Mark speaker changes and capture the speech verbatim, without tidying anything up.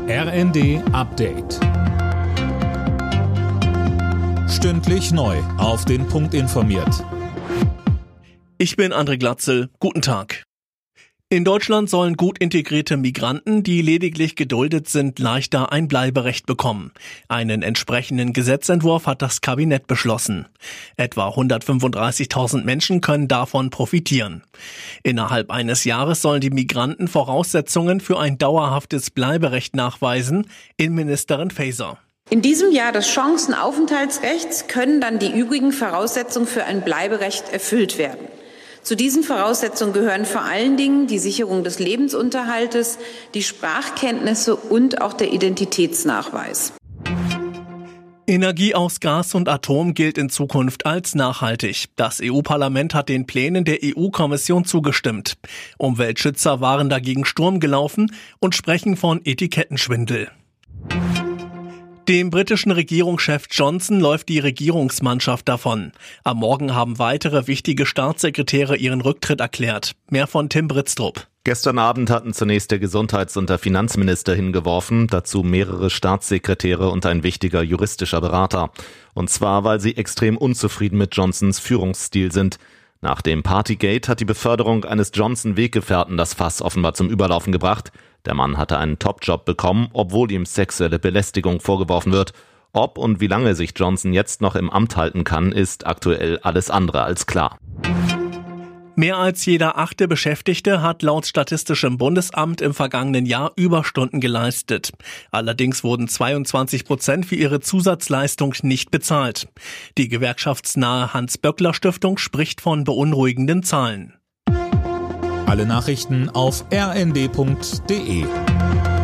Speaker 1: R N D Update. Stündlich neu auf den Punkt informiert.
Speaker 2: Ich bin André Glatzel. Guten Tag. In Deutschland sollen gut integrierte Migranten, die lediglich geduldet sind, leichter ein Bleiberecht bekommen. Einen entsprechenden Gesetzentwurf hat das Kabinett beschlossen. Etwa hundertfünfunddreißigtausend Menschen können davon profitieren. Innerhalb eines Jahres sollen die Migranten Voraussetzungen für ein dauerhaftes Bleiberecht nachweisen, Innenministerin Faeser.
Speaker 3: In diesem Jahr des Chancenaufenthaltsrechts können dann die übrigen Voraussetzungen für ein Bleiberecht erfüllt werden. Zu diesen Voraussetzungen gehören vor allen Dingen die Sicherung des Lebensunterhaltes, die Sprachkenntnisse und auch der Identitätsnachweis.
Speaker 2: Energie aus Gas und Atom gilt in Zukunft als nachhaltig. Das E U-Parlament hat den Plänen der E U-Kommission zugestimmt. Umweltschützer waren dagegen Sturm gelaufen und sprechen von Etikettenschwindel. Dem britischen Regierungschef Johnson läuft die Regierungsmannschaft davon. Am Morgen haben weitere wichtige Staatssekretäre ihren Rücktritt erklärt. Mehr von Tim Britztrup.
Speaker 4: Gestern Abend hatten zunächst der Gesundheits- und der Finanzminister hingeworfen, dazu mehrere Staatssekretäre und ein wichtiger juristischer Berater. Und zwar, weil sie extrem unzufrieden mit Johnsons Führungsstil sind. Nach dem Partygate hat die Beförderung eines Johnson-Weggefährten das Fass offenbar zum Überlaufen gebracht. Der Mann hatte einen Top-Job bekommen, obwohl ihm sexuelle Belästigung vorgeworfen wird. Ob und wie lange sich Johnson jetzt noch im Amt halten kann, ist aktuell alles andere als klar.
Speaker 2: Mehr als jeder achte Beschäftigte hat laut Statistischem Bundesamt im vergangenen Jahr Überstunden geleistet. Allerdings wurden zweiundzwanzig Prozent für ihre Zusatzleistung nicht bezahlt. Die gewerkschaftsnahe Hans-Böckler-Stiftung spricht von beunruhigenden Zahlen.
Speaker 1: Alle Nachrichten auf r n d punkt d e.